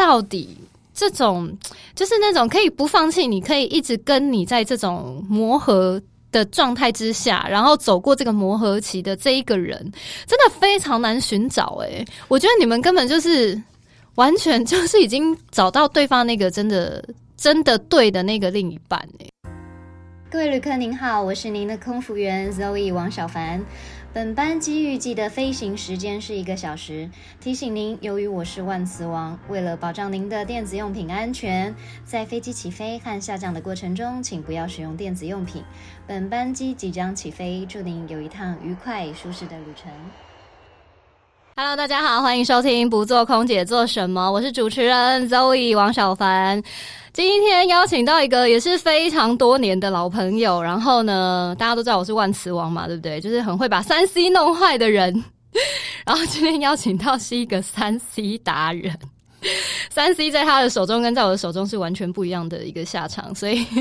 到底这种就是那种可以不放弃，你可以一直跟你在这种磨合的状态之下，然后走过这个磨合期的这一个人，真的非常难寻找欸。我觉得你们根本就是完全就是已经找到对方那个真的对的那个另一半欸。 各位旅客您好，我是您的空服员 Zoe 王小凡。本班机预计的飞行时间是1个小时。提醒您，由于我是万磁王，为了保障您的电子用品安全，在飞机起飞和下降的过程中，请不要使用电子用品。本班机即将起飞，祝您有一趟愉快舒适的旅程。 Hello， 大家好，欢迎收听不做空姐做什么，我是主持人 Zoe 王小凡。今天邀请到一个也是非常多年的老朋友，然后呢，大家都知道我是万磁王嘛，对不对？就是很会把3C 弄坏的人。然后今天邀请到是一个3C 达人，3C 在他的手中跟在我的手中是完全不一样的一个下场，所以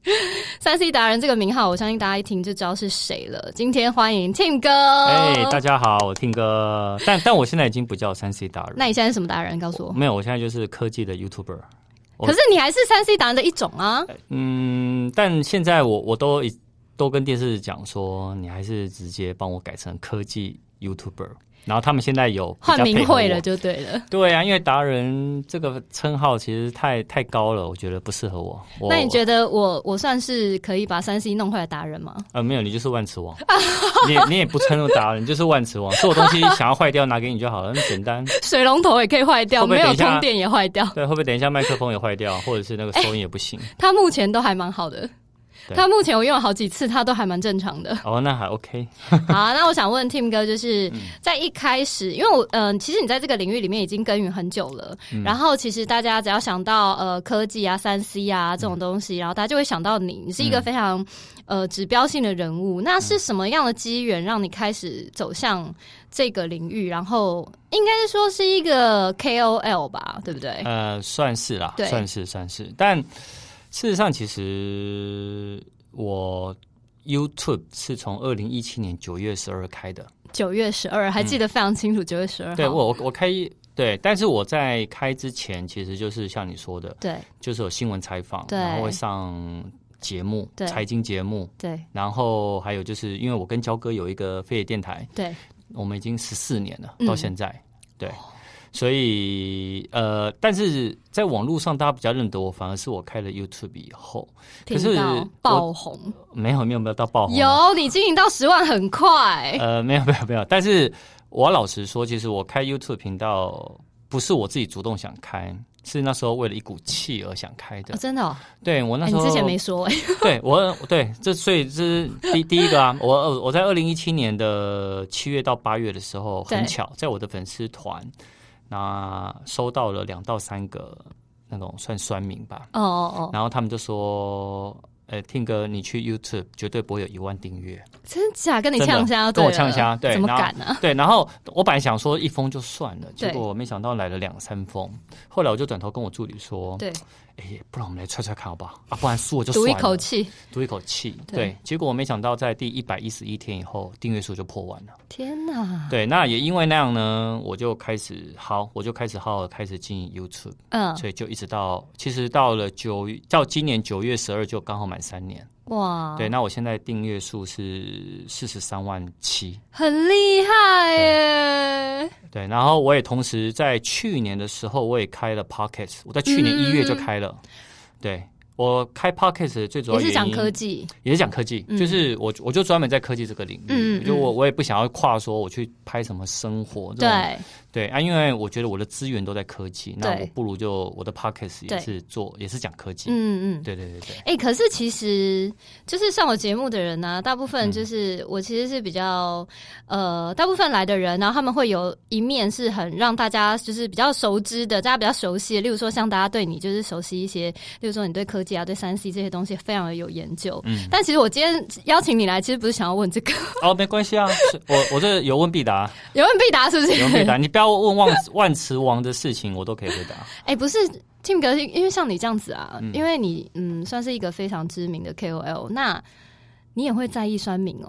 3C 达人这个名号，我相信大家一听就知道是谁了。今天欢迎 Tim 哥。 大家好，我 Tim 哥。但我现在已经不叫3C 达人。 那你现在是什么达人？告诉我。 没有，我现在就是科技的 YouTuber。 可是你还是3C 达人的一种啊。 但现在我都跟电视讲说，你还是直接帮我改成科技 YouTuber。然后他们现在有换名讳了，就对了。 对啊，因为达人这个称号其实太高了，我觉得不适合我。 那你觉得我算是可以把3C 弄坏的达人吗？ 没有，你就是万磁王。你也不称作达人，你就是万磁王。所有东西想要坏掉拿给你就好了，很简单。 水龙头也可以坏掉，没有通电也坏掉。 对，会不会等一下麦克风也坏掉，或者是那个收音也不行？ 他目前都还蛮好的。他目前我用了好几次，他都还蛮正常的。 哦，那还 OK。 好，那我想问 Tim 哥，就是在一开始，因为我其实你在这个领域里面已经耕耘很久了，然后其实大家只要想到科技啊、3C 啊这种东西，然后大家就会想到你是一个非常指标性的人物。那是什么样的机缘让你开始走向这个领域？然后应该是说是一个 KOL 吧，对不对？ 算是啦，算是，但。事实上，其实我 YouTube 是从2017年9月12开的。9月12还记得非常清楚，9月12号。对，我开对，但是我在开之前，其实就是像你说的，对，就是有新闻采访，然后会上节目，财经节目，对，然后还有就是因为我跟焦哥有一个飞碟电台，对，我们已经14年了，到现在，对。所以但是在网络上大家比较认得我，反而是我开了 YouTube 以后，可是爆红没有到爆红， 有你经营到10万很快， 没有，但是我老实说，其实我开 YouTube 频道不是我自己主动想开，是那时候为了一股气而想开的。 真的哦？ 对，我那时候你之前没说对，所以这是第一个啊，我在2017年的7月到8月的时候，很巧在我的粉丝团。那收到了2到3个那种算酸民吧，然后他们就说，Tim 哥，你去 YouTube 绝对不会有1万订阅， 真假？跟你呛虾， 跟我呛虾，对， 怎么敢呢？ 对，然后我本来想说1封就算了，结果我没想到来了2、3封，后来我就转头跟我助理说，对。不然我们来揣看好不好？不然输我就算了。赌一口气。对，结果我没想到在第111天以后，订阅数就破万了。 天哪！ 对，那也因为那样呢，我就开始好好开始经营 YouTube。所以就一直其实到了到今年9月12就刚好满3年。哇！对，那我现在订阅数是43万7， 很厉害耶！ 对，然后我也同时在去年的时候，我也开了 Podcast， 我在去年1月就开了。对，我开 Podcast 最主要原因也是讲科技， 就是我就专门在科技这个领域，就我也不想要跨说我去拍什么生活，对啊，因为我觉得我的资源都在科技，那我不如就我的 podcast 也是讲科技，对。 可是其实就是上我节目的人呢，大部分就是我其实是比较大部分来的人，然后他们会有一面是很让大家就是比较熟知的，大家比较熟悉的，例如说像大家对你就是熟悉一些，例如说你对科技啊、对3C 这些东西非常的有研究。但其实我今天邀请你来，其实不是想要问这个。 没关系啊，我这有问必答， 有问必答是不是？ 有问必答，你不要问万磁王的事情，我都可以回答。 不是 Tim 哥，因为像你这样子啊，因为你算是一个非常知名的 KOL， 那你也会在意酸民哦？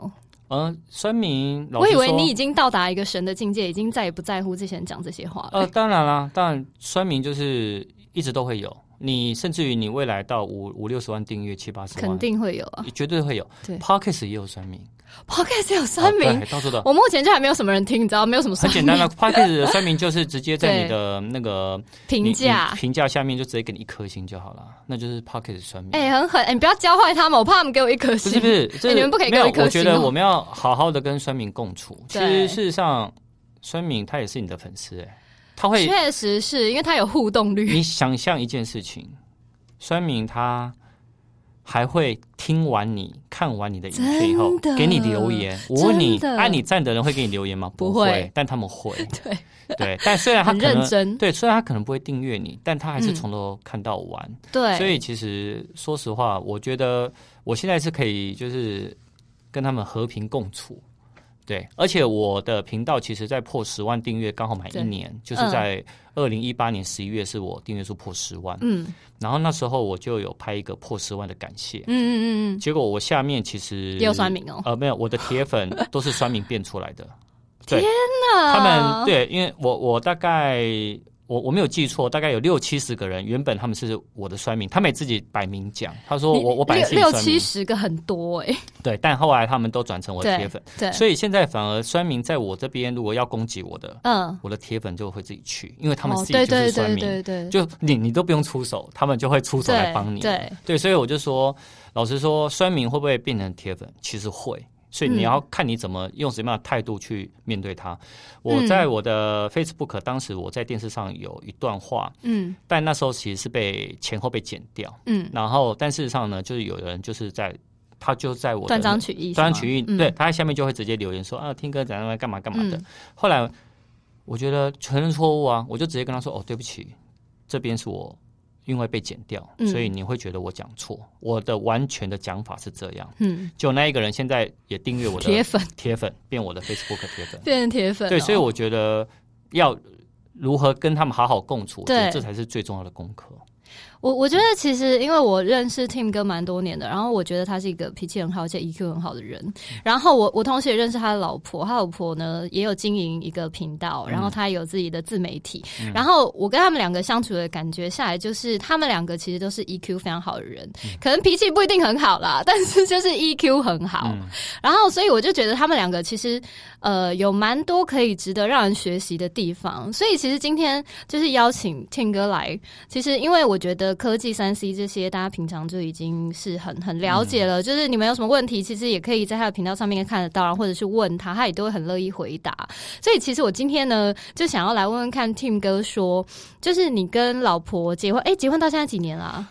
酸民， 我以为你已经到达一个神的境界，已经再也不在乎这些人讲这些话了。 当然啦，当然酸民就是一直都会有，你甚至于你未来到50-60万订阅，70-80万， 肯定会有啊， 绝对会有。 对 ，Podcast 也有酸民。 Podcast 有酸民， 到处的。 我目前就还没有什么人听，你知道，没有什么酸民。 很简单的 ，Podcast 的酸民就是直接在你的那个评价下面就直接给你1颗星就好了，那就是 Podcast 酸民。 很狠，你不要教坏他们，我怕他们给我1颗星。 不是， 你们不可以给我1颗星。 我觉得我们要好好的跟酸民共处。其实事实上，酸民他也是你的粉丝，他会确实是因为他有互动率。 你想象一件事情，酸民他还会听完你看完你的影片以后给你留言。我问你，按你赞的人会给你留言吗？不会，但他们会。对，但虽然他可能很认真，对，虽然他可能不会订阅你，但他还是从头看到完。 对， 所以其实说实话，我觉得我现在是可以就是跟他们和平共处。对，而且我的频道其实在破10万订阅刚好满1年，就是在2018年11月是我订阅数破10万。然后那时候我就有拍一个破10万的感谢。结果我下面其实也有酸民没有，我的铁粉都是酸民变出来的。 天哪！ 他们对，因为我大概我没有记错，大概有60-70个人，原本他们是我的酸民，他们也自己摆明讲，他说我本来是 60-70个很多对，但后来他们都转成我的铁粉， 对， 所以现在反而酸民在我这边，如果要攻击我的，我的铁粉就会自己去，因为他们自己就是酸民， 对， 就你都不用出手，他们就会出手来帮你，对，所以我就说，老实说，酸民会不会变成铁粉？其实会。所以你要看你怎么用什么样的态度去面对它。我在我的 Facebook 当时我在电视上有一段话，但那时候其实是前后被剪掉，然后但事实上呢，就是有人就是他就在我的断章取义， 对，他在下面就会直接留言说听歌怎样干嘛干嘛的。后来我觉得承认错误啊，我就直接跟他说对不起，这边是我因为被剪掉，所以你会觉得我讲错。我的完全的讲法是这样。就那一个人现在也订阅我的铁粉，变我的 Facebook 铁粉， 变成铁粉。 对，所以我觉得要如何跟他们好好共处，对，这才是最重要的功课。 我觉得其实因为我认识 Tim 哥蛮多年的，然后我觉得他是一个脾气很好而且 EQ 很好的人。然后我同时也认识他的老婆，他老婆呢也有经营一个频道，然后他有自己的自媒体。然后我跟他们两个相处的感觉下来，就是他们两个其实都是 EQ 非常好的人，可能脾气不一定很好啦，但是就是 EQ 很好。然后所以我就觉得他们两个其实有蛮多可以值得让人学习的地方。所以其实今天就是邀请 Tim 哥来，其实因为我觉得科技 3C 这些大家平常就已经是很了解了，就是你们有什么问题其实也可以在他的频道上面看得到，或者是问他，他也都会很乐意回答。所以其实我今天呢就想要来问问看 Tim 哥说，就是你跟老婆结婚结婚到现在几年啦？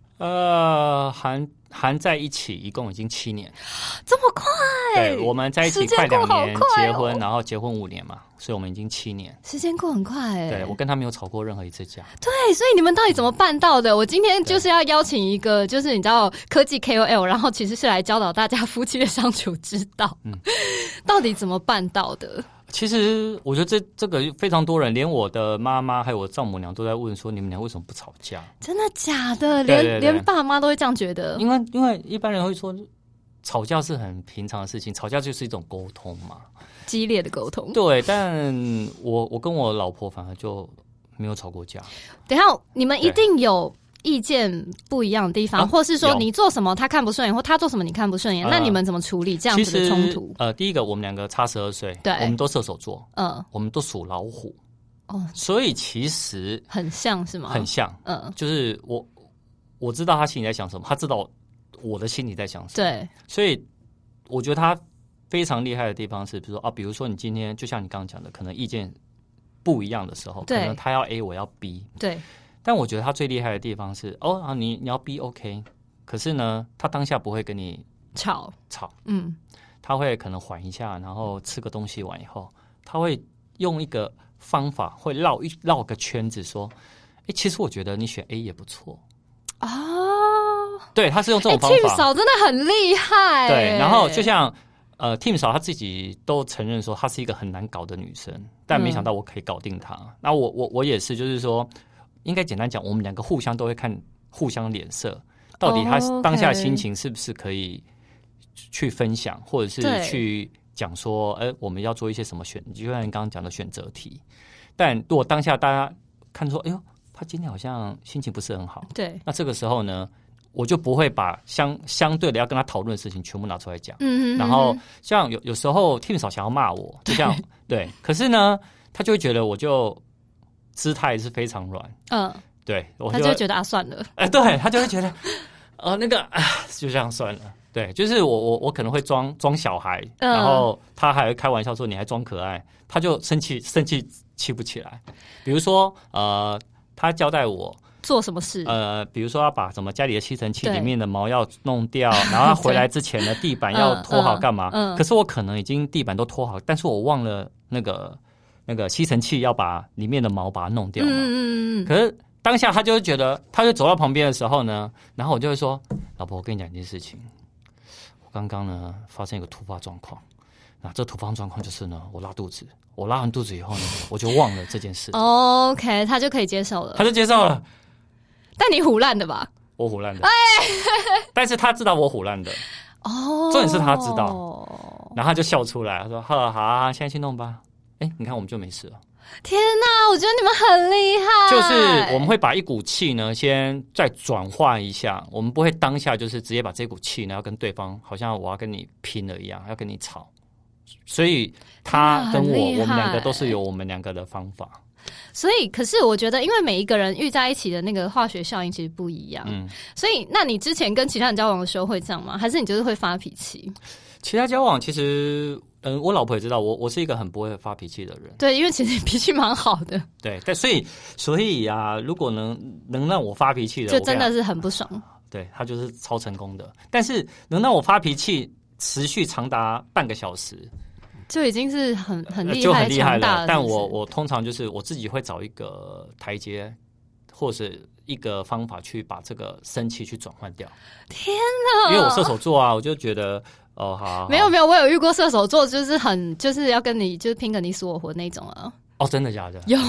含在一起一共已经7年。 这么快？ 对，我们在一起快2年结婚，然后结婚5年嘛，所以我们已经7年。 时间过很快对，我跟他没有吵过任何一次架。 对，所以你们到底怎么办到的？我今天就是要邀请一个就是你知道科技 KOL， 然后其实是来教导大家夫妻的相处之道。到底怎么办到的？ 其实我觉得这个非常多人，连我的妈妈还有我丈母娘都在问说，你们俩为什么不吵架？ 真的假的？连爸妈都会这样觉得？ 因为一般人会说，吵架是很平常的事情，吵架就是一种沟通嘛， 激烈的沟通。 对，但我跟我老婆反而就没有吵过架。 等一下，你们一定有意见不一样的地方，或是说你做什么他看不顺眼，或他做什么你看不顺眼，那你们怎么处理这样子的冲突？ 第一个，我们两个差12岁， 对， 我们都射手座，我们都属老虎，所以其实很像是吗？ 很像，就是我知道他心里在想什么，他知道我的心里在想什么， 对， 所以我觉得他非常厉害的地方是，比如说你今天就像你刚刚讲的，可能意见不一样的时候，可能他要 A， 我要 B， 对。 但我觉得他最厉害的地方是，你要 B OK， 可是呢，他当下不会跟你吵，他会可能缓一下，然后吃个东西完以后，他会用一个方法，会绕个圈子说，其实我觉得你选 A 也不错对，他是用这种方法。 Tim 嫂真的很厉害。 对，然后就像Tim 嫂她自己都承认说，她是一个很难搞的女生，但没想到我可以搞定她。那我也是，就是说。应该简单讲，我们两个互相都会看互相脸色，到底他当下心情是不是可以去分享，或者是去讲说，我们要做一些什么就像你刚刚讲的选择题。但如果当下大家看说，哎呦，他今天好像心情不是很好， 对， 那这个时候呢，我就不会把相对的要跟他讨论的事情全部拿出来讲。然后像有时候 Tim 嫂想要骂我，就像对，可是呢，他就会觉得我就姿态是非常软，对， 他就会觉得算了， 对，他就会觉得那个就这样算了。对，就是我可能会装小孩，然后他还会开玩笑说你还装可爱，他就生气气不起来。比如说他交代我做什么事， 比如说要把什么家里的吸尘器里面的毛要弄掉，然后他回来之前呢地板要拖好干嘛？可是我可能已经地板都拖好，但是我忘了那个吸尘器要把里面的毛把它弄掉嘛。可是当下他就会觉得，他就走到旁边的时候呢，然后我就会说，老婆，我跟你讲一件事情。刚刚呢发生一个突发状况，那这突发状况就是呢，我拉肚子，我拉完肚子以后呢，我就忘了这件事。 OK， 他就可以接受了， 他就接受了。 但你唬烂的吧？ 我唬烂的，但是他知道我唬烂的。重点是他知道，然后他就笑出来，他说：“好啊，现在去弄吧。”你看我们就没事了。 天哪，我觉得你们很厉害。 就是我们会把一股气呢，先再转化一下，我们不会当下就是直接把这股气呢要跟对方，好像我要跟你拼了一样，要跟你吵。所以他跟我们两个都是有我们两个的方法。 所以，可是我觉得，因为每一个人遇在一起的那个化学效应其实不一样。所以，那你之前跟其他人交往的时候会这样吗？还是你就是会发脾气？ 其他交往其实。我老婆也知道我是一个很不会发脾气的人。 对，因为其实脾气蛮好的。 对，但所以啊，如果能让我发脾气的， 就真的是很不爽。 对，他就是超成功的。但是能让我发脾气持续长达半个小时， 就已经是很厉害， 就很厉害了。 是是， 但我通常就是我自己会找一个台阶，或是一个方法去把这个生气去转换掉。 天哪！ 因为我射手座啊，我就觉得。好， 没有，我有遇过射手座，就是要跟你就是拼个你死我活那种啊。 真的假的？ 有。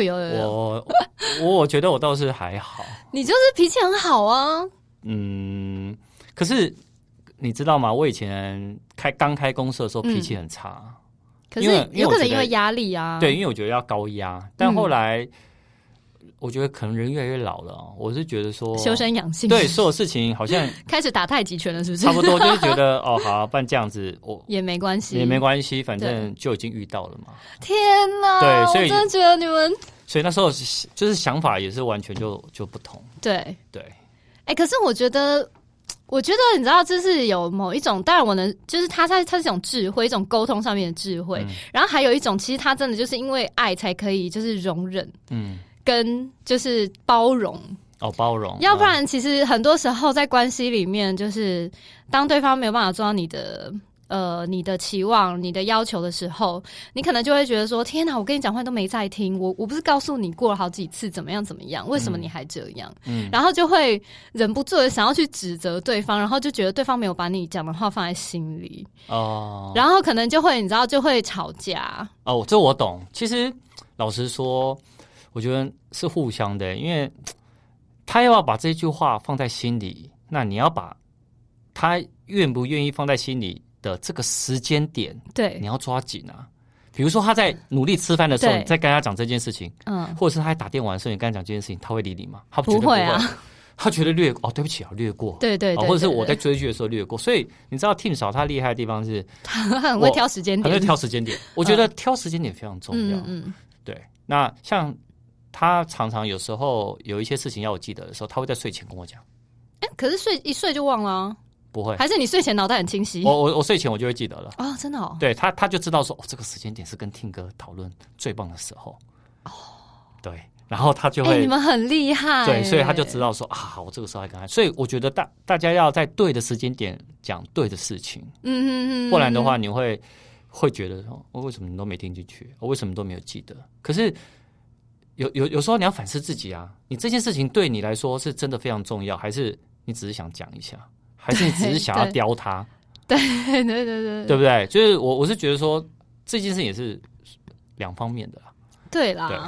我觉得我倒是还好。 你就是脾气很好啊。 可是你知道吗？我以前刚开公司的时候脾气很差， 可是有可能因为压力啊。 对，因为我觉得要高压，但后来。我觉得可能人越来越老了，我是觉得说修身养性， 对所有事情好像开始打太极拳了，是不是？ 差不多就是觉得好，不然这样子也没关系， 反正就已经遇到了嘛。 天哪！ 对，所以我真的觉得你们， 所以那时候就是想法也是完全就不同。 对。 可是我觉得你知道，这是有某一种，当然我能，就是它是一种智慧，一种沟通上面的智慧。然后还有一种，其实它真的就是因为爱才可以，就是容忍。跟就是包容，要不然其实很多时候在关系里面，就是当对方没有办法做到你的期望、你的要求的时候，你可能就会觉得说：天哪，我跟你讲话都没在听，我不是告诉你过了好几次怎么样，为什么你还这样？然后就会忍不住的想要去指责对方，然后就觉得对方没有把你讲的话放在心里然后可能就会你知道就会吵架这我懂。其实老实说。我觉得是互相的，因为他要把这句话放在心里，那你要把他愿不愿意放在心里的这个时间点， 对， 你要抓紧啊。比如说他在努力吃饭的时候，你再跟他讲这件事情，或者是他在打电话的时候，你跟他讲这件事情，他会理你吗？他不会啊，他觉得略过对不起啊，略过， 对， 或者是我在追剧的时候略过。所以你知道 Tim 嫂他厉害的地方是， 他很会挑时间点， 很会挑时间点。我觉得挑时间点非常重要。对，那像。他常常有时候有一些事情要我记得的时候，他会在睡前跟我讲。 可是一睡就忘了啊？ 不会， 还是你睡前脑袋很清晰？ 我睡前我就会记得了真的对他就知道说这个时间点是跟Tim哥讨论最棒的时候对，然后他就会你们很厉害对，所以他就知道说好，我这个时候还跟他。所以我觉得大家要在对的时间点讲对的事情，不然的话你会觉得我为什么你都没听进去，我为什么都没有记得？可是。有时候你要反思自己啊，你这件事情对你来说是真的非常重要，还是你只是想讲一下，还是你只是想要刁他？ 对， 对不对？就是我是觉得说这件事也是两方面的啦。 对啦。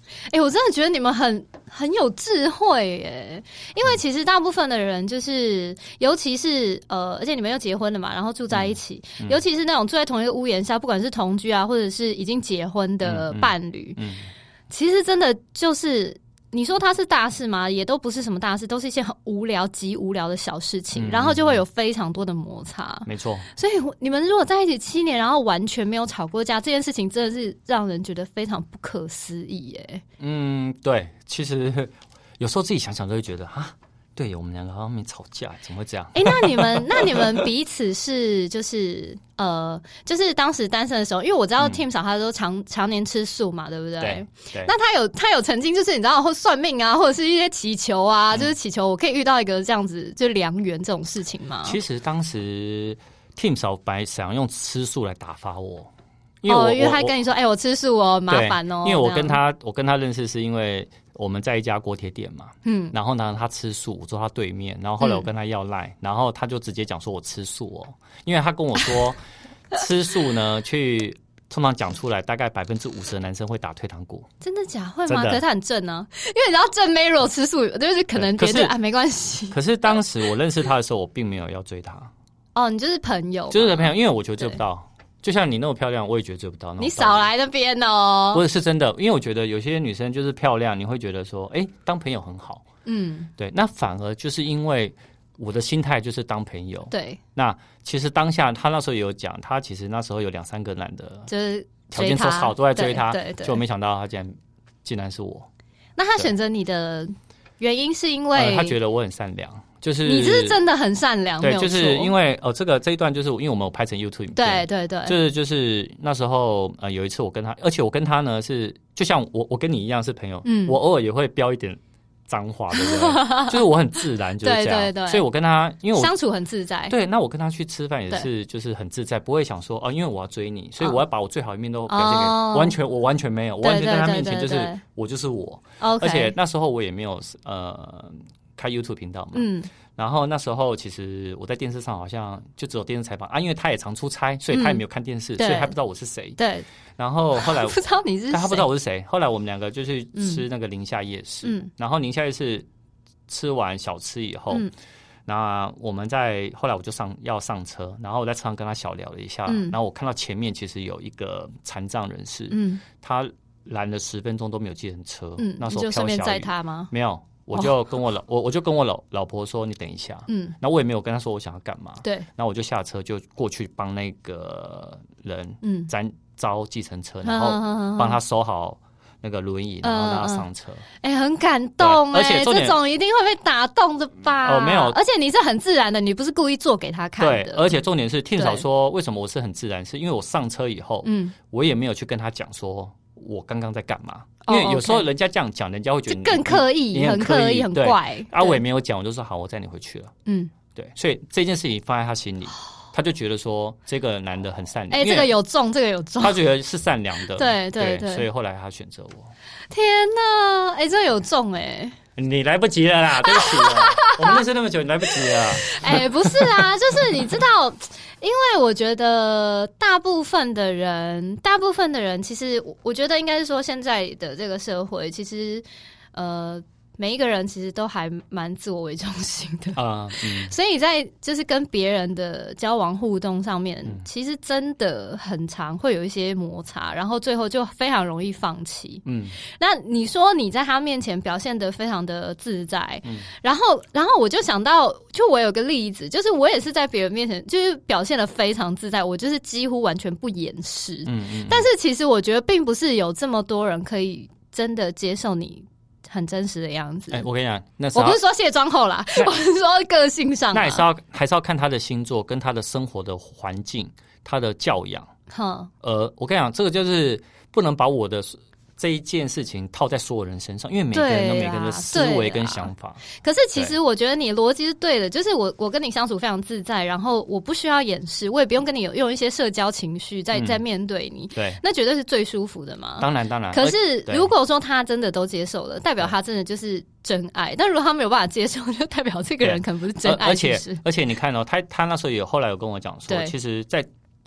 我真的觉得你们很有智慧耶，因为其实大部分的人就是，尤其是而且你们又结婚了嘛，然后住在一起，尤其是那种住在同一个屋檐下，不管是同居啊，或者是已经结婚的伴侣，其实真的就是。你说它是大事吗？也都不是什么大事，都是一些很无聊、极无聊的小事情，然后就会有非常多的摩擦。 没错。所以你们如果在一起7年，然后完全没有吵过架，这件事情真的是让人觉得非常不可思议耶。 对，其实有时候自己想想都会觉得啊。对，我们2个好像没吵架，怎么会这样？ 那你们彼此是就是当时单身的时候，因为我知道 Tim 嫂他都常年吃素嘛，对不对？ 对。 那他有曾经就是你知道算命啊，或者是一些祈求啊，就是祈求我可以遇到一个这样子就良缘这种事情吗？ 其实当时 Tim 嫂本来想用吃素来打发我， 因为他跟你说，我吃素哦，麻烦哦。 因为我跟他认识是因为。我们在一家锅贴店嘛，然后呢，他吃素，我坐他对面，然后后来我跟他要赖，然后他就直接讲说我吃素哦，因为他跟我说吃素呢，通常讲出来，大概50%的男生会打退堂鼓。 真的假会吗？可是他很正啊，因为你知道正妹如果吃素，就是可能别人没关系。 可是当时我认识他的时候，我并没有要追他。 哦，你就是朋友， 就是朋友，因为我觉得追不到。就像你那么漂亮，我也觉得追不到。 你少来那边哦！ 不是真的，因为我觉得有些女生就是漂亮，你会觉得说，当朋友很好。对。那反而就是因为我的心态就是当朋友。 对。 那其实当下他那时候也有讲，他其实那时候有2-3个男的， 就是条件都好，都在追他。 对。 就没想到他竟然是我。 那他选择你的原因是因为他觉得我很善良。就是你这是真的很善良， 对，就是因为这一段就是因为我们有拍成 YouTube 影片， 对， 就是那时候有一次我跟他，而且我跟他呢是就像我跟你一样是朋友，我偶尔也会飙一点脏话，对不对？就是我很自然就是这样，对，所以我跟他因为我相处很自在， 对，那我跟他去吃饭也是就是很自在，不会想说因为我要追你，所以我要把我最好一面都表现给我完全没有，我完全在他面前就是我就是我，而且那时候我也没有开 YouTube 频道嘛，然后那时候其实我在电视上好像就只有电视采访因为他也常出差，所以他也没有看电视，所以他不知道我是谁。 对。 然后后来不知道你是谁， 他不知道我是谁。后来我们2个就去吃那个宁夏夜市，然后宁夏夜市吃完小吃以后，那我们后来我就要上车，然后我在车上跟他小聊了一下，然后我看到前面其实有一个残障人士，他拦了10分钟都没有计程车，那时候你就顺便载他吗？ 没有。我就跟我老婆说你等一下，那我也没有跟她说我想要干嘛， 对， 然后我就下车就过去帮那个人招计程车，然后帮他收好那个轮椅，然后让他上车。 很感动而且这种一定会被打动的吧？ 没有， 而且你是很自然的，你不是故意做给他看的。 对，而且重点是Tim嫂说为什么我是很自然，是因为我上车以后，我也没有去跟他讲说我刚刚在干嘛。因为有时候人家这样讲，人家会觉得你更刻意，很刻意，很怪。 我也没有讲，我就说好，我载你回去了。对，所以这件事情放在他心里，他就觉得说这个男的很善良。 这个有中，这个有中。 他觉得是善良的， 对， 所以后来他选择我。 天哪，这个有中你来不及了啦，对不起了，我们认识那么久，你来不及了。 不是啊，就是你知道。因为我觉得大部分的人，其实我觉得应该是说，现在的这个社会，其实每一个人其实都还蛮自我为中心的所以在就是跟别人的交往互动上面，其实真的很常会有一些摩擦，然后最后就非常容易放弃。那你说你在他面前表现得非常的自在，然后我就想到，就我有个例子，就是我也是在别人面前就是表现得非常自在，我就是几乎完全不掩饰。但是其实我觉得并不是有这么多人可以真的接受你很真实的样子。 我跟你讲， 我不是说卸妆后啦，我是说个性上。 那还是要看他的星座跟他的生活的环境，他的教养。我跟你讲，这个就是不能把我的这一件事情套在所有人身上，因为每个人都每个人的思维跟想法。 可是其实我觉得你逻辑是对的，就是我跟你相处非常自在，然后我不需要掩饰，我也不用跟你用一些社交情绪在面对你， 对， 那绝对是最舒服的嘛。 当然。 可是如果说他真的都接受了，代表他真的就是真爱；但如果他没有办法接受，就代表这个人可能不是真爱。 而且你看他那时候后来有跟我讲说，其实在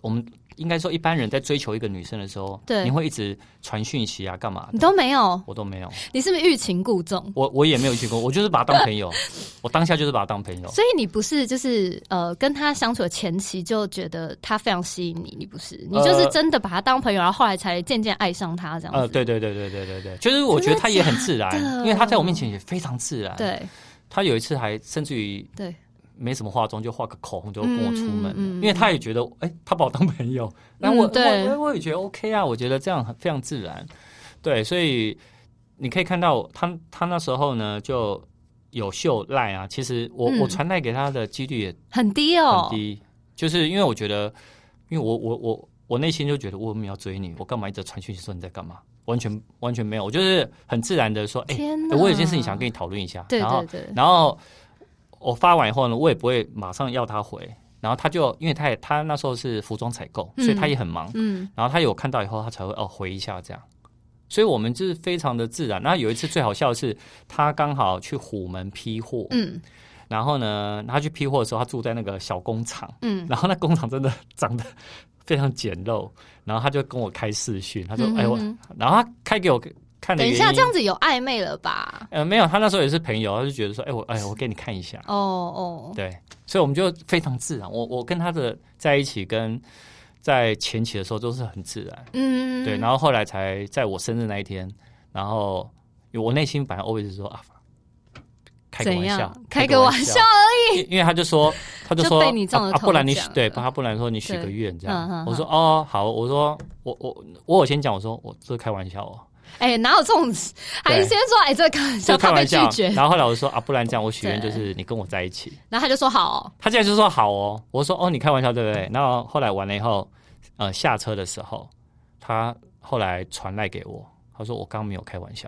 我们应该说一般人在追求一个女生的时候，对，你会一直传讯息啊，干嘛的？ 你都没有， 我都没有。 你是不是欲擒故纵？ 我也没有欲擒故纵，我就是把他当朋友，我当下就是把他当朋友。 所以你不是就是跟他相处的前期就觉得他非常吸引你，你不是，你就是真的把他当朋友，然后后来才渐渐爱上他这样子。 对，就是我觉得他也很自然，因为他在我面前也非常自然。 对， 他有一次还甚至于对。没什么化妆，就画个口红就跟我出门，因为他也觉得，他把我当朋友，那我也觉得 OK 啊，我觉得这样非常自然，对，所以你可以看到他那时候呢就有秀赖啊，其实我传赖给他的几率也很低哦， 很低，就是因为我觉得，因为我内心就觉得我没有要追你，我干嘛一直传讯息说你在干嘛？完全没有，我就是很自然的说，我有件事情想跟你讨论一下， 对， 然后。我发完以后呢，我也不会马上要他回，然后他就因为他那时候是服装采购，所以他也很忙，然后他有看到以后，他才会回一下这样，所以我们就是非常的自然。然后有一次最好笑的是，他刚好去虎门批货，然后呢，他去批货的时候，他住在那个小工厂，然后那工厂真的长得非常简陋，然后他就跟我开视讯，他说，然后他开给我。 等一下，这样子有暧昧了吧？ 没有，他那时候也是朋友，他就觉得说，我给你看一下。对，所以我们就非常自然。我跟他的在一起，跟在前期的时候都是很自然。对，然后后来才在我生日那一天，然后我内心本来 always 说开个玩笑， 开个玩笑而已。 因为他就说被你中了头不然你不然说你许个愿这样。我说好，我说我有先讲，我说我这是开玩笑哦。 哪有这种？还先说这个开玩笑，怕被拒绝。 然后后来我说不然这样，我许愿就是你跟我在一起。 然后他就说好哦， 他竟然就说好哦。我说你开玩笑对不对？然后后来完了以后，下车的时候，他后来传赖给我，他说我刚没有开玩笑。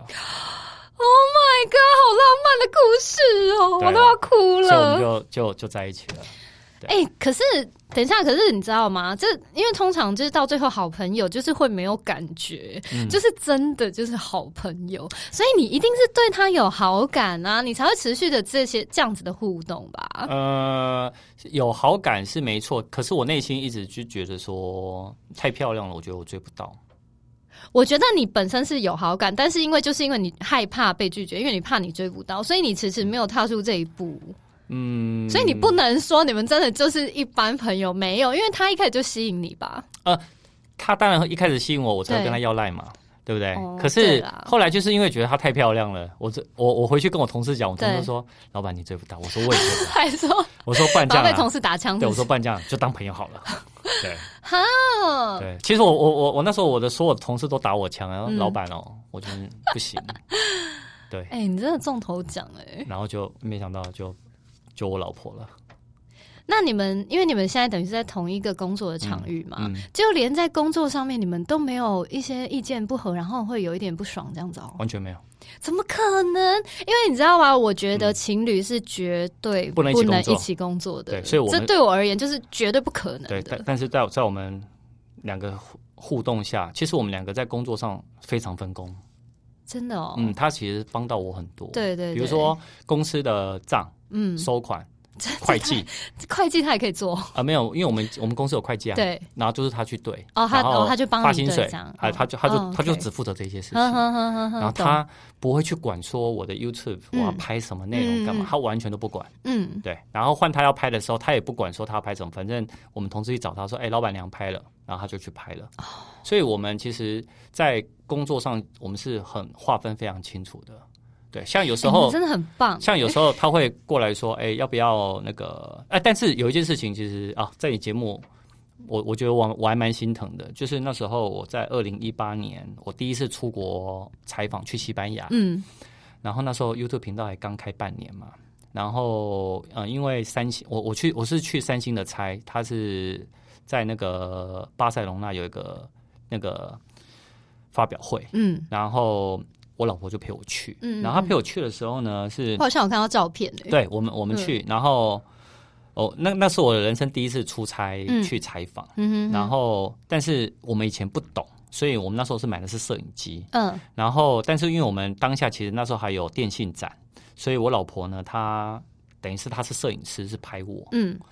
Oh my god， 好浪漫的故事哦，我都要哭了。 所以我们就在一起了。 可是等一下，可是你知道吗？这因为通常就是到最后好朋友就是会没有感觉，就是真的就是好朋友，所以你一定是对他有好感啊，你才会持续的这样子的互动吧？ 有好感是没错，可是我内心一直就觉得说太漂亮了，我觉得我追不到。 我觉得你本身是有好感，但是因为你害怕被拒绝，因为你怕你追不到，所以你迟迟没有踏出这一步。所以你不能说你们真的就是一般朋友，没有，因为他一开始就吸引你吧？ 他当然一开始吸引我才会跟他要赖嘛，对不对？可是后来就是因为觉得他太漂亮了，我回去跟我同事讲，我同事说老板你追不到，我说我也追不到， 还说我说不然这样， 被同事打枪， 对，我说不然这样就当朋友好了。对，对，其实我那时候我的所有同事都打我枪，然后老板我觉得不行。对， 你真的中头奖然后就没想到就我老婆了。 那你们因为你们现在等于是在同一个工作的场域嘛，就连在工作上面你们都没有一些意见不合，然后会有一点不爽这样子完全没有。 怎么可能？因为你知道吗？我觉得情侣是绝对不能一起工作的， 对，所以这对我而言就是绝对不可能的。 对，但是在我们两个互动下，其实我们两个在工作上非常分工。 真的他其实帮到我很多。 对， 比如说公司的账，收款。会计他也可以做没有，因为我们公司有会计啊， 对， 然后就是他去对， 他就帮你发薪水，他就只负责这些事情，然后他不会去管说我的 YouTube 我要拍什么内容干嘛，他完全都不管，对，然后换他要拍的时候，他也不管说他要拍什么，反正我们同事一找他说，老板娘拍了，然后他就去拍了，所以我们其实，在工作上我们是很划分非常清楚的。对，像有时候真的很棒。 像有时候他会过来说：“要不要那个？”但是有一件事情，其实在你节目，我觉得我还蛮心疼的。就是那时候我在2018年，我第一次出国采访去西班牙，然后那时候 YouTube 频道还刚开半年嘛，然后因为三星，我是去三星的差，他是在那个巴塞隆纳有一个那个发表会，然后。我老婆就陪我去，然后她陪我去的时候呢，是好像有看到照片对，我们去，然后那是我的人生第一次出差去采访，然后但是我们以前不懂，所以我们那时候是买的是摄影机，然后但是因为我们当下其实那时候还有电信展，所以我老婆呢，她等于是她是摄影师，是拍我，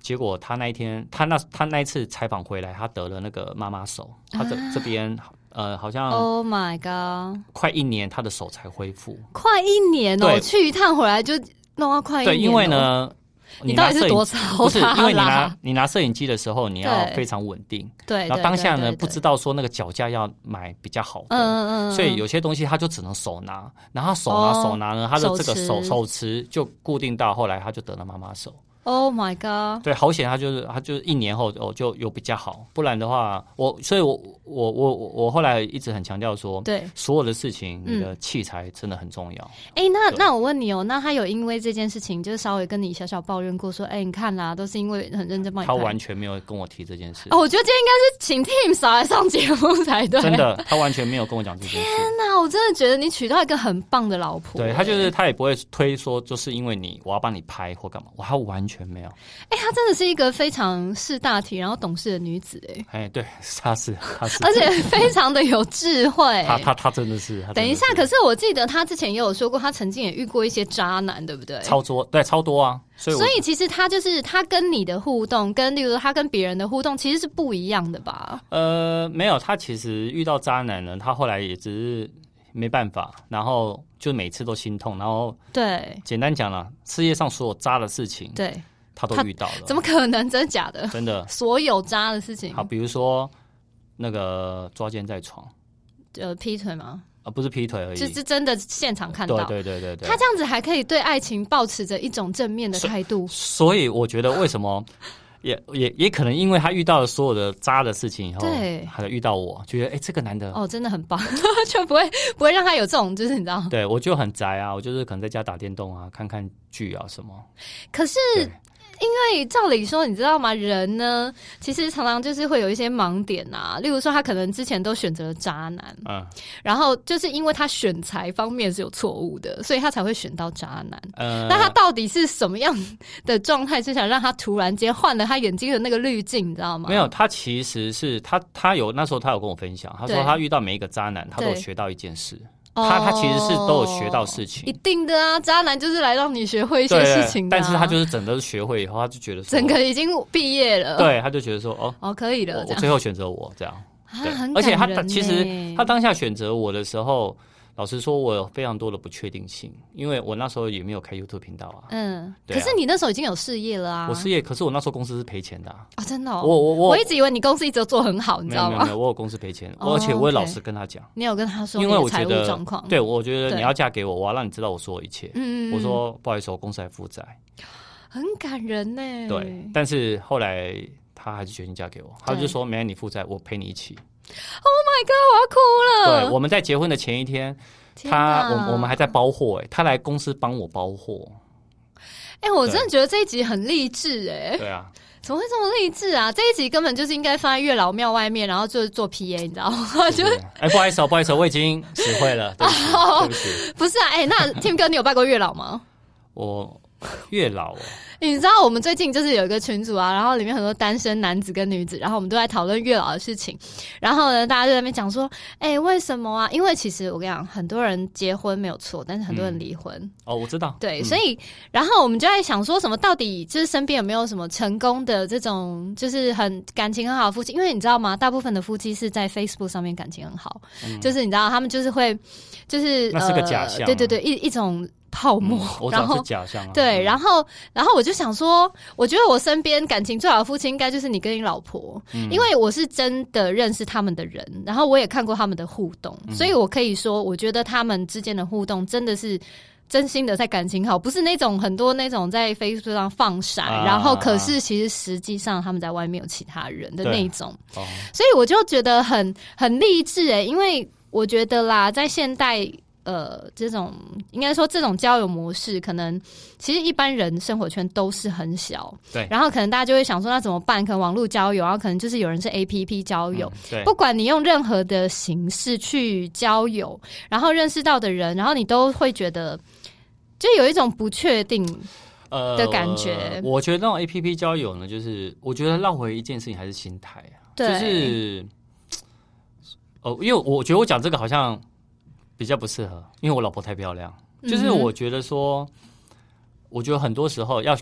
结果他那一天，他那一次采访回来，他得了那个妈妈手，他的这边好像 ，Oh my god， 快1年他的手才恢复， 快1年哦，去一趟回来就弄到快1年。 对，因为呢。 你到底是多操他啦？ 不是，因为你拿摄影机的时候，你要非常稳定。 对， 然后当下呢，不知道说那个脚架要买比较好的，所以有些东西他就只能手拿，然后手拿呢，他的这个手持就固定到后来他就得了妈妈手。 Oh my god！ 对，好险，他就是1年后就有比较好，不然的话，所以我后来一直很强调说， 对， 所有的事情，你的器材真的很重要。 那我问你哦，那他有因为这件事情，就是稍微跟你小小抱怨过，说，你看啦，都是因为很认真帮你拍。 他完全没有跟我提这件事。 我觉得今天应该是请 Tim 少来上节目才对。 真的，他完全没有跟我讲这件事。 天哪，我真的觉得你娶到一个很棒的老婆。 对，他也不会推说，就是因为我要帮你拍或干嘛，他完全没有。 她真的是一个非常识大体然后懂事的女子。 对，她是， 而且非常的有智慧。 她真的是。 等一下，可是我记得她之前也有说过，她曾经也遇过一些渣男，对不对？ 超多啊！所以其实她就是她跟你的互动，跟例如她跟别人的互动，其实是不一样的吧？ 没有，她其实遇到渣男呢，她后来也只是没办法，然后就每次都心痛，然后对， 简单讲了，世界上所有渣的事情， 对。 他都遇到了， 怎么可能？真的假的？ 真的， 所有渣的事情。 好，比如说那个抓奸在床， 劈腿吗？ 不是劈腿而已， 就是真的现场看到。 对， 他这样子还可以对爱情抱持着一种正面的态度。 所以我觉得为什么也可能因为他遇到了所有的渣的事情以后， 对， 还遇到我，觉得这个男的真的很棒，就不会让他有这种就是你知道？ 对，我就很宅啊，我就是可能在家打电动啊，看看剧啊什么。 可是。因为照理说，你知道吗？人呢，其实常常就是会有一些盲点啊。例如说，他可能之前都选择了渣男，然后就是因为他选材方面是有错误的，所以他才会选到渣男。那他到底是什么样的状态之下，让他突然间换了他眼睛的那个滤镜，你知道吗？ 没有，他其实是他有那时候他有跟我分享，他说他遇到每一个渣男，他都有学到一件事。他其实是都有学到事情， 一定的啊！渣男就是来让你学会一些事情的， 但是他就是整个学会以后，他就觉得说整个已经毕业了， 对，他就觉得说可以了， 我最后选择我这样， 很而且他其实他当下选择我的时候，老实说，我有非常多的不确定性，因为我那时候也没有开 YouTube 频道啊。 可是你那时候已经有事业了啊。 我事业，可是我那时候公司是赔钱的啊。 真的哦。 我一直以为你公司一直都做很好，你知道吗？ 没有，我有公司赔钱，而且我也老实跟他讲。 你有跟他说因为我财务状况？ 对，我觉得你要嫁给我，我要让你知道我所有一切。我说不好意思，我公司还负债。 很感人呢。 对，但是后来他还是决定嫁给我，他就说没有你负债，我陪你一起。 Oh my god， 我要哭了。对，我们在结婚的前一天。我们还在包货他来公司帮我包货。 我真的觉得这一集很励志对啊， 怎么会这么励志啊？这一集根本就是应该放在月老庙外面，然后就是做 PA， 你知道吗？就是不好意思，我已经死会了，对不起。 不是啊，那 Tim 哥，你有拜过月老吗？ 我月老你知道我们最近就是有一个群组啊，然后里面很多单身男子跟女子，然后我们都在讨论月老的事情。然后呢，大家就在那边讲说，为什么啊？因为其实我跟你讲，很多人结婚没有错，但是很多人离婚。 我知道。 对，所以然后我们就在想说什么，到底就是身边有没有什么成功的这种，就是很感情很好的夫妻？因为你知道吗？大部分的夫妻是在 Facebook 上面感情很好，就是你知道他们就是会，就是那是个假象。 对，一种。泡沫， 我知道是假象啊。 对，然后我就想说，我觉得我身边感情最好的夫妻应该就是你跟你老婆，因为我是真的认识他们的人，然后我也看过他们的互动，所以我可以说，我觉得他们之间的互动真的是真心的在感情好，不是那种很多那种在 Facebook 上放闪，然后可是其实实际上他们在外面有其他人的那种，所以我就觉得很励志因为我觉得啦，在现代。这种应该说这种交友模式，可能其实一般人生活圈都是很小， 对。 然后可能大家就会想说，那怎么办？可能网络交友，然后可能就是有人是 APP 交友， 对。 不管你用任何的形式去交友，然后认识到的人，然后你都会觉得就有一种不确定的感觉。 我觉得那种 APP 交友呢，就是我觉得绕回一件事情还是心态啊， 对， 就是因为我觉得我讲这个好像。比较不适合，因为我老婆太漂亮。就是我觉得说，我觉得很多时候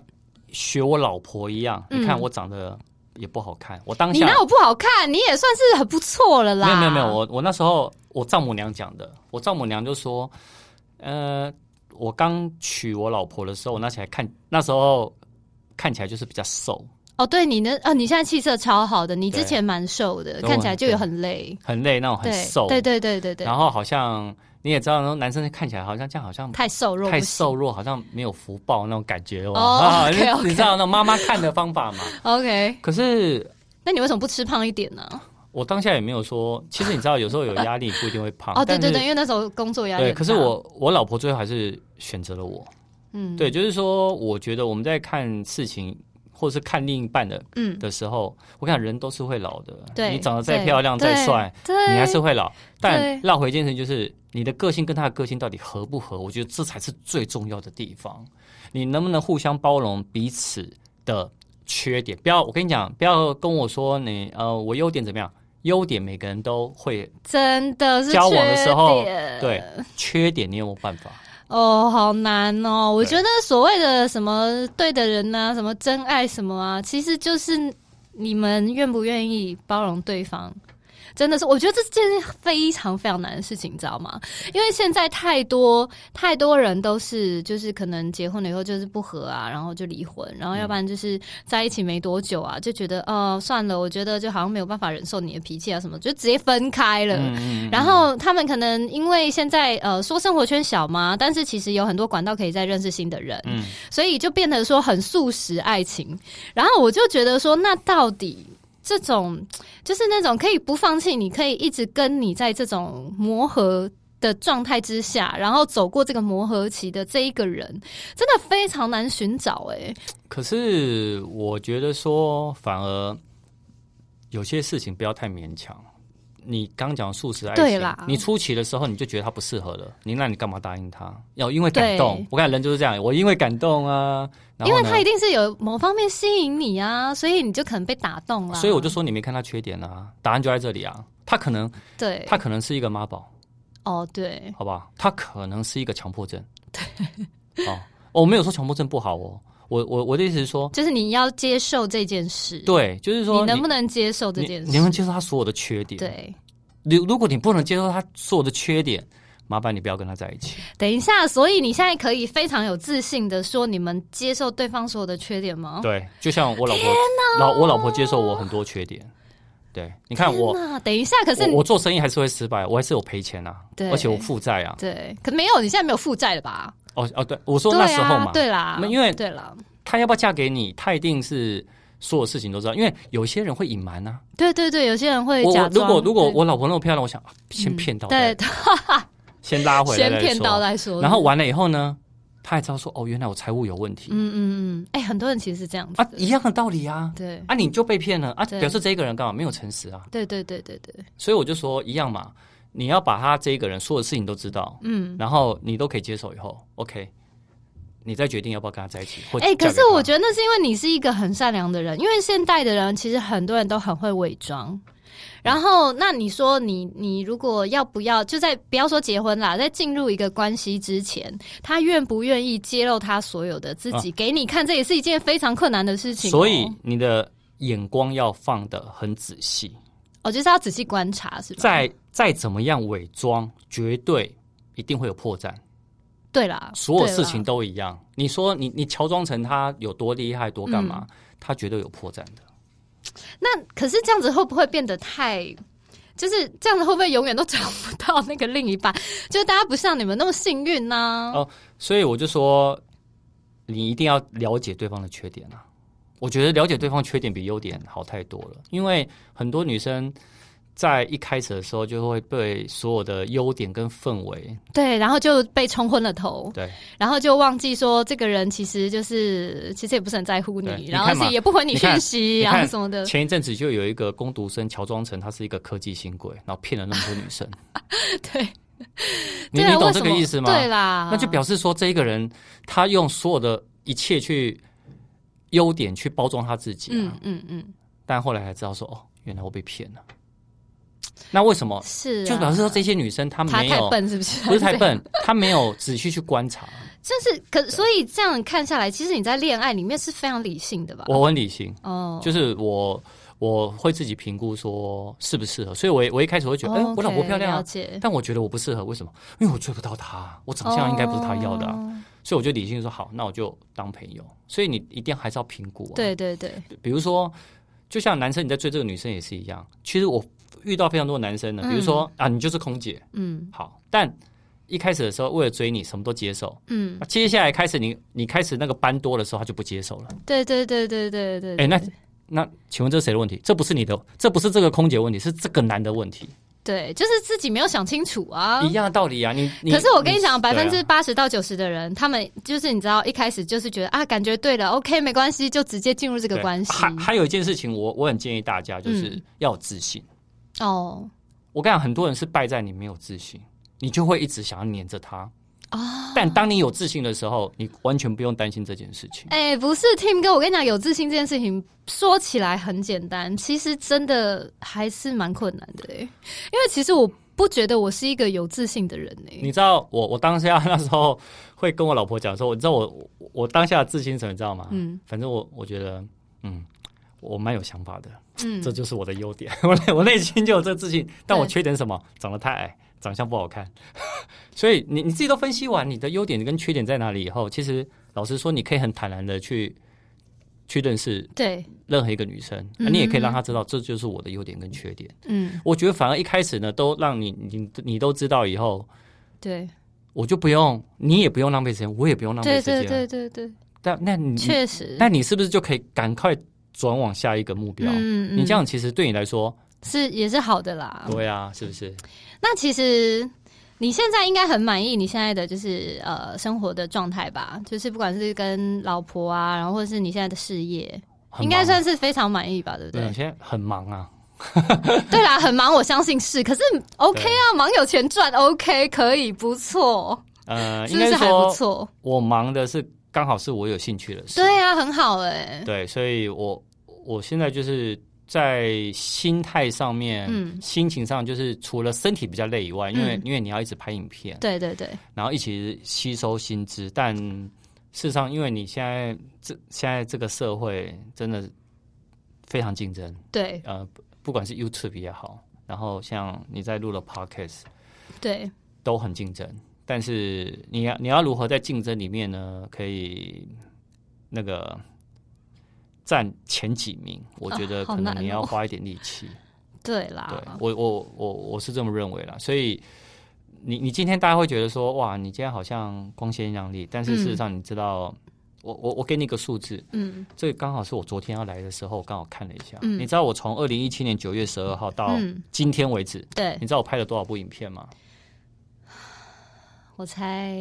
学我老婆一样，你看我长得也不好看，我当下你哪有不好看？你也算是很不错了啦。 没有，我那时候我丈母娘讲的，我丈母娘就说，我刚娶我老婆的时候，我那时候看起来就是比较瘦。 哦，对，你现在气色超好的，你之前蛮瘦的，看起来就有很累那种很瘦。 对。 然后好像你也知道，男生看起来好像这样，好像太瘦弱， 好像没有福报那种感觉 okay. 你知道那种妈妈看的方法嘛 ？OK。 可是， 那你为什么不吃胖一点呢？ 我当下也没有说，其实你知道，有时候有压力不一定会胖。 对，因为那时候工作压力很大。 对，可是我老婆最后还是选择了我。对，就是说，我觉得我们在看事情或者是看另一半的时候，我看人都是会老的。 对， 你长得再漂亮再帅，你还是会老。但绕回一件事情，就是你的个性跟他的个性到底合不合？我觉得这才是最重要的地方。你能不能互相包容彼此的缺点？我跟你讲，不要跟我说我优点怎么样。优点每个人都会， 真的是交往的时候，对缺点你有没有办法？ 好难哦！我觉得所谓的什么对的人啊，什么真爱什么啊，其实就是你们愿不愿意包容对方。真的是，我觉得这件非常非常难的事情，你知道吗？因为现在太多人都是，就是可能结婚了以后就是不合啊，然后就离婚，然后要不然就是在一起没多久啊，就觉得算了，我觉得就好像没有办法忍受你的脾气啊什么，就直接分开了。然后他们可能因为现在说生活圈小嘛，但是其实有很多管道可以再认识新的人，所以就变得说很速食爱情。然后我就觉得说，那到底这种就是那种可以不放弃，你可以一直跟你在这种磨合的状态之下，然后走过这个磨合期的这一个人，真的非常难寻找可是我觉得说，反而有些事情不要太勉强。你刚讲速食爱情，对啦，你初期的时候你就觉得他不适合了，那你干嘛答应他？要因为感动，我看人就是这样，我因为感动啊， 因为他一定是有某方面吸引你啊，所以你就可能被打动了。 所以我就说你没看他缺点啊，答案就在这里啊。他可能是一个妈宝， 对， 好吧，他可能是一个强迫症，对，我没有说强迫症不好哦。我的意思是说， 就是你要接受这件事， 对，就是说你能不能接受这件事？ 你能不能接受他所有的缺点？ 对， 如果你不能接受他所有的缺点，麻烦你不要跟他在一起。 等一下，所以你现在可以非常有自信的说，你们接受对方所有的缺点吗？ 对，就像我老婆接受我很多缺点。对，你看我， 等一下，可是我做生意还是会失败，我还是有赔钱啊，对，而且我负债啊， 对，可没有，你现在没有负债了吧？ 对，我说那时候嘛， 对啦， 因为对啦， 他要不要嫁给你，他一定是所有事情都知道，因为有些人会隐瞒啊， 对，有些人会假装。 如果我老婆那么漂亮，我想先骗到，对，先拉回来， 先骗到再说， 然后完了以后呢？他还知道说原来我财务有问题。 很多人其实是这样子一样的道理啊。 对你就被骗了表示这个人干嘛没有诚实啊？ 对。 所以我就说一样嘛，你要把他这个人所有的事情都知道，然后你都可以接受以后 ，OK， 你再决定要不要跟他在一起。 可是我觉得那是因为你是一个很善良的人，因为现代的人其实很多人都很会伪装。然后，那你说你如果要不要就在不要说结婚啦，在进入一个关系之前，他愿不愿意揭露他所有的自己给你看，这也是一件非常困难的事情。 所以你的眼光要放得很仔细， 就是要仔细观察，是吧？ 再怎么样伪装，绝对一定会有破绽。 对啦， 所有事情都一样。你说你乔装成他有多厉害多干嘛，他绝对有破绽的。 那可是这样子会不会变得太，就是这样子会不会永远都找不到那个另一半？就大家不像你们那么幸运呢？ 所以我就说，你一定要了解对方的缺点啊。我觉得了解对方缺点比优点好太多了，因为很多女生在一开始的时候就会被所有的优点跟氛围，对， 然后就被冲昏了头， 对， 然后就忘记说这个人其实也不是很在乎你，然后也不回你讯息，然后什么的。 前一阵子就有一个工读生乔装成他是一个科技新贵，然后骗了那么多女生。 对， 你懂这个意思吗？ 对啦， 那就表示说这一个人他用所有的一切去优点去包装他自己啊，但后来才知道说原来我被骗了。那为什么？ 是、 就表示说这些女生她没有， 她太笨是不是？ 不是太笨，她没有仔细去观察。 所以这样看下来，其实你在恋爱里面是非常理性的吧？ 我很理性就是我会自己评估说适不适合，所以我一开始会觉得，我老婆漂亮但我觉得我不适合，为什么？因为我追不到她，我长相应该不是她要的所以我就理性说好，那我就当朋友。所以你一定还是要评估对对对， 比如说，就像男生你在追这个女生也是一样，其实我遇到非常多的男生呢，比如说你就是空姐，好，但一开始的时候为了追你什么都接受，接下来开始你开始那个班多的时候他就不接受了， 对对对对对对， 那请问这是谁的问题？这不是你的，这不是这个空姐的问题，是这个男的问题。 对，就是自己没有想清楚啊， 一样的道理啊。 可是我跟你讲，80%到90%的人，他们就是你知道，一开始就是觉得感觉对了 ，OK， 没关系，就直接进入这个关系。 还有一件事情，我很建议大家就是要有自信。我跟你讲，很多人是败在你没有自信，你就会一直想要黏着他。但当你有自信的时候，你完全不用担心这件事情。 不是 Tim 哥，我跟你讲，有自信这件事情说起来很简单，其实真的还是蛮困难的因为其实我不觉得我是一个有自信的人你知道我当下那时候会跟我老婆讲说，你知道我当下的自信什么，你知道吗？反正我觉得我蛮有想法的，这就是我的优点。我内心就有这个自信，但我缺点是什么？长得太矮。长相不好看，所以你自己都分析完你的优点跟缺点在哪里以后，其实老实说，你可以很坦然的去认识任何一个女生，你也可以让她知道这就是我的优点跟缺点。我觉得反而一开始呢，都让你都知道以后， 对， 我就不用，你也不用浪费时间，我也不用浪费时间。 对。 那你确实， 那你是不是就可以赶快转往下一个目标？你这样其实对你来说也是好的啦。 对啊，是不是？ 那其实你现在应该很满意你现在的就是生活的状态吧？就是不管是跟老婆啊，然后或者是你现在的事业，应该算是非常满意吧？对不对？ 现在很忙啊。 对啦，很忙，我相信是。可是 OK 啊，忙有钱赚 OK， 可以，不错。 应该说还不错。 我忙的是刚好是我有兴趣的事。 对啊，很好对，所以我现在就是在心态上面，心情上，就是除了身体比较累以外，因为你要一直拍影片， 对对对， 然后一起吸收新知，但事实上，因为你现在这个社会真的非常竞争， 对， 不管是 YouTube 也好，然后像你在录了 Podcast， 对， 都很竞争。但是你要如何在竞争里面呢，可以那个占前几名，我觉得可能你要花一点力气。 对啦， 对，我是这么认为啦。所以你今天大家会觉得说，哇，你今天好像光鲜亮丽，但是事实上你知道，我给你一个数字，这个刚好是我昨天要来的时候刚好看了一下，你知道我从2017年9月12号到今天为止，对，你知道我拍了多少部影片吗？ 我猜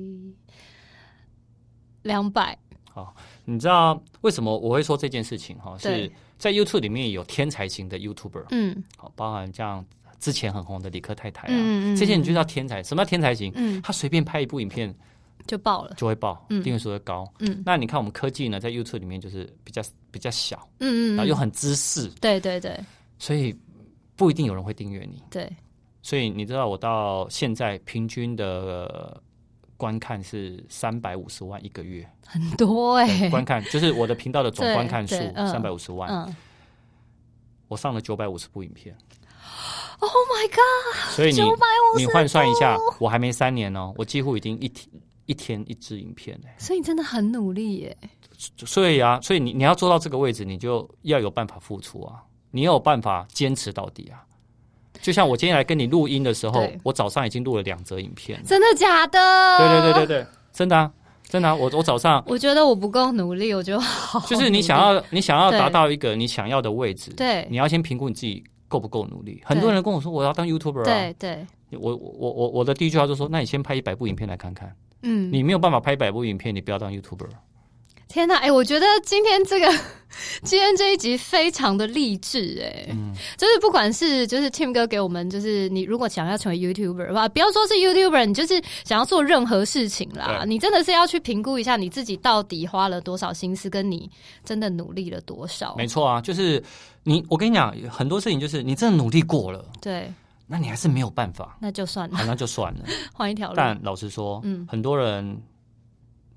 200。 好，你知道为什么我会说这件事情？是在 YouTube 里面有天才型的 YouTuber，好，包含像之前很红的理科太太啊，这些你就叫天才。什么叫天才型？他随便拍一部影片就爆了， 就会爆，订阅数会高。那你看我们科技呢，在 YouTube 里面就是比较小，然后又很知识， 对对对， 所以不一定有人会订阅你。 对， 所以你知道我到现在平均的观看是350万一个月， 很多观看就是我的频道的总观看数350万，我上了950部影片。 Oh my god！ 所以你换算一下，我还没3年哦，我几乎已经一天一支影片所以你真的很努力耶。 所以你要做到这个位置，你就要有办法付出啊，你要有办法坚持到底啊。就像我今天来跟你录音的时候，我早上已经录了2则影片。 真的假的？ 对，真的啊，真的啊。我早上， 我觉得我不够努力，我觉得就是你想要达到一个你想要的位置， 对， 你要先评估你自己够不够努力。很多人跟我说我要当 YouTuber 啊， 对， 我的第一句话就说，那你先拍100部影片来看看。你没有办法拍100部影片，你不要当 YouTuber。 天哪，我觉得今天这一集非常的励志就是不管是就是 Tim 哥给我们，就是你如果想要成为 YouTuber 的话，不要说是 YouTuber， 你就是想要做任何事情啦，你真的是要去评估一下你自己到底花了多少心思，跟你真的努力了多少。 没错啊，就是我跟你讲，很多事情就是你真的努力过了， 对， 那你还是没有办法， 那就算了， 那就算了， 换一条路。 但老实说，很多人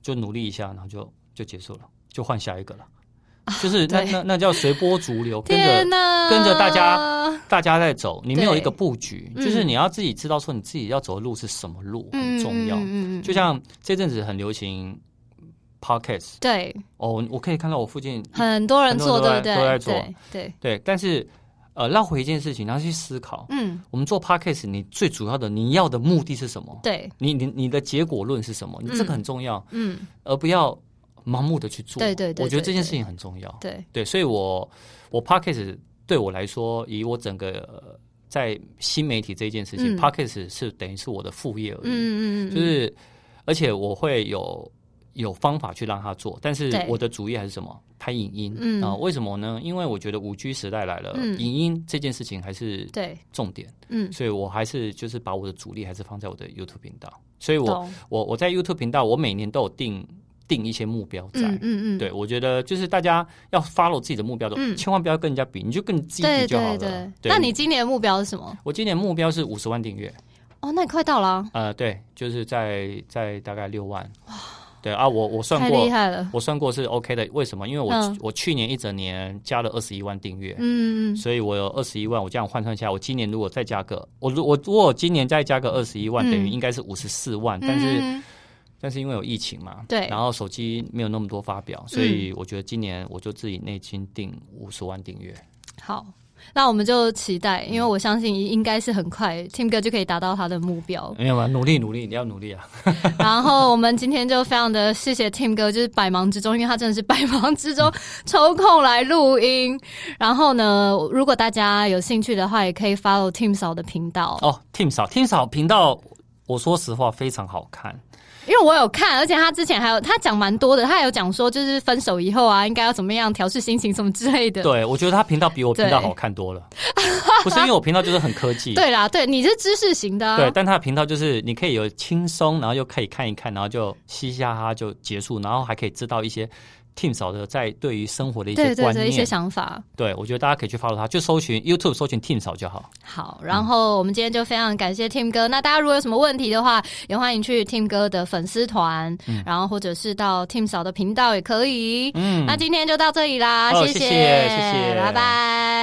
就努力一下，然后就结束了，就换下一个了。就是那叫随波逐流，跟着大家在走，你没有一个布局，就是你要自己知道说你自己要走的路是什么路，很重要。就像这阵子很流行 podcast， 对， 我可以看到我附近很多人做，对不对？ 都在做， 对。 但是绕回一件事情，然后去思考，我们做 podcast， 你最主要的你要的目的是什么？对，你的结果论是什么？这个很重要，而不要盲目的去做，对，我觉得这件事情很重要，对，所以我 Podcast 对我来说，以我整个在新媒体这件事情，Podcast 是等于是我的副业而已，就是而且我会有方法去让他做，但是我的主业还是什么？拍影音为什么呢？因为我觉得5G 时代来了，影音这件事情还是重点，所以我还是就是把我的主力还是放在我的 YouTube 频道，所以我在 YouTube 频道，我每年都有定一些目标在，对，我觉得就是大家要 follow 自己的目标，千万不要跟人家比，你就跟自己比就好了。对。 那你今年的目标是什么？ 我今年目标是50万订阅。 那你快到了对，就是在大概6万。哇，对啊，我算过， 太厉害了， 我算过是 OK 的。为什么？因为我去年一整年加了21万订阅，所以我有21万，我这样换算下来，我今年如果再加个，我如果今年再加个21万，等于应该是54万，但是因为有疫情嘛，对，然后手机没有那么多发表，所以我觉得今年我就自己内心定50万订阅。 好，那我们就期待，因为我相信应该是很快 Tim 哥就可以达到他的目标。 没有啊，努力，你要努力啊！ 然后我们今天就非常的谢谢 Tim 哥，就是百忙之中，因为他真的是百忙之中抽空来录音。然后呢，如果大家有兴趣的话，也可以 follow Tim 嫂的频道。 Tim 嫂频道，我说实话非常好看。 因为我有看，而且他之前还有他讲蛮多的，他有讲说就是分手以后应该要怎么样调试心情什么之类的。 对，我觉得他频道比我频道好看多了。不是因为我频道就是很科技。 对啦，对，你是知识型的对，但他的频道就是你可以有轻松，然后又可以看一看，然后就嘻嘻哈哈就结束，然后还可以知道一些Tim 嫂的在对于生活的一些观念、 一些想法。 对，我觉得大家可以去 follow 他，就搜寻 YouTube 搜寻 Tim 嫂就好。 好，然后我们今天就非常感谢 Tim 哥。那大家如果有什么问题的话，也欢迎去 Tim 哥的粉丝团，然后或者是到 Tim 嫂的频道也可以。那今天就到这里啦，谢谢， 谢谢， 拜拜。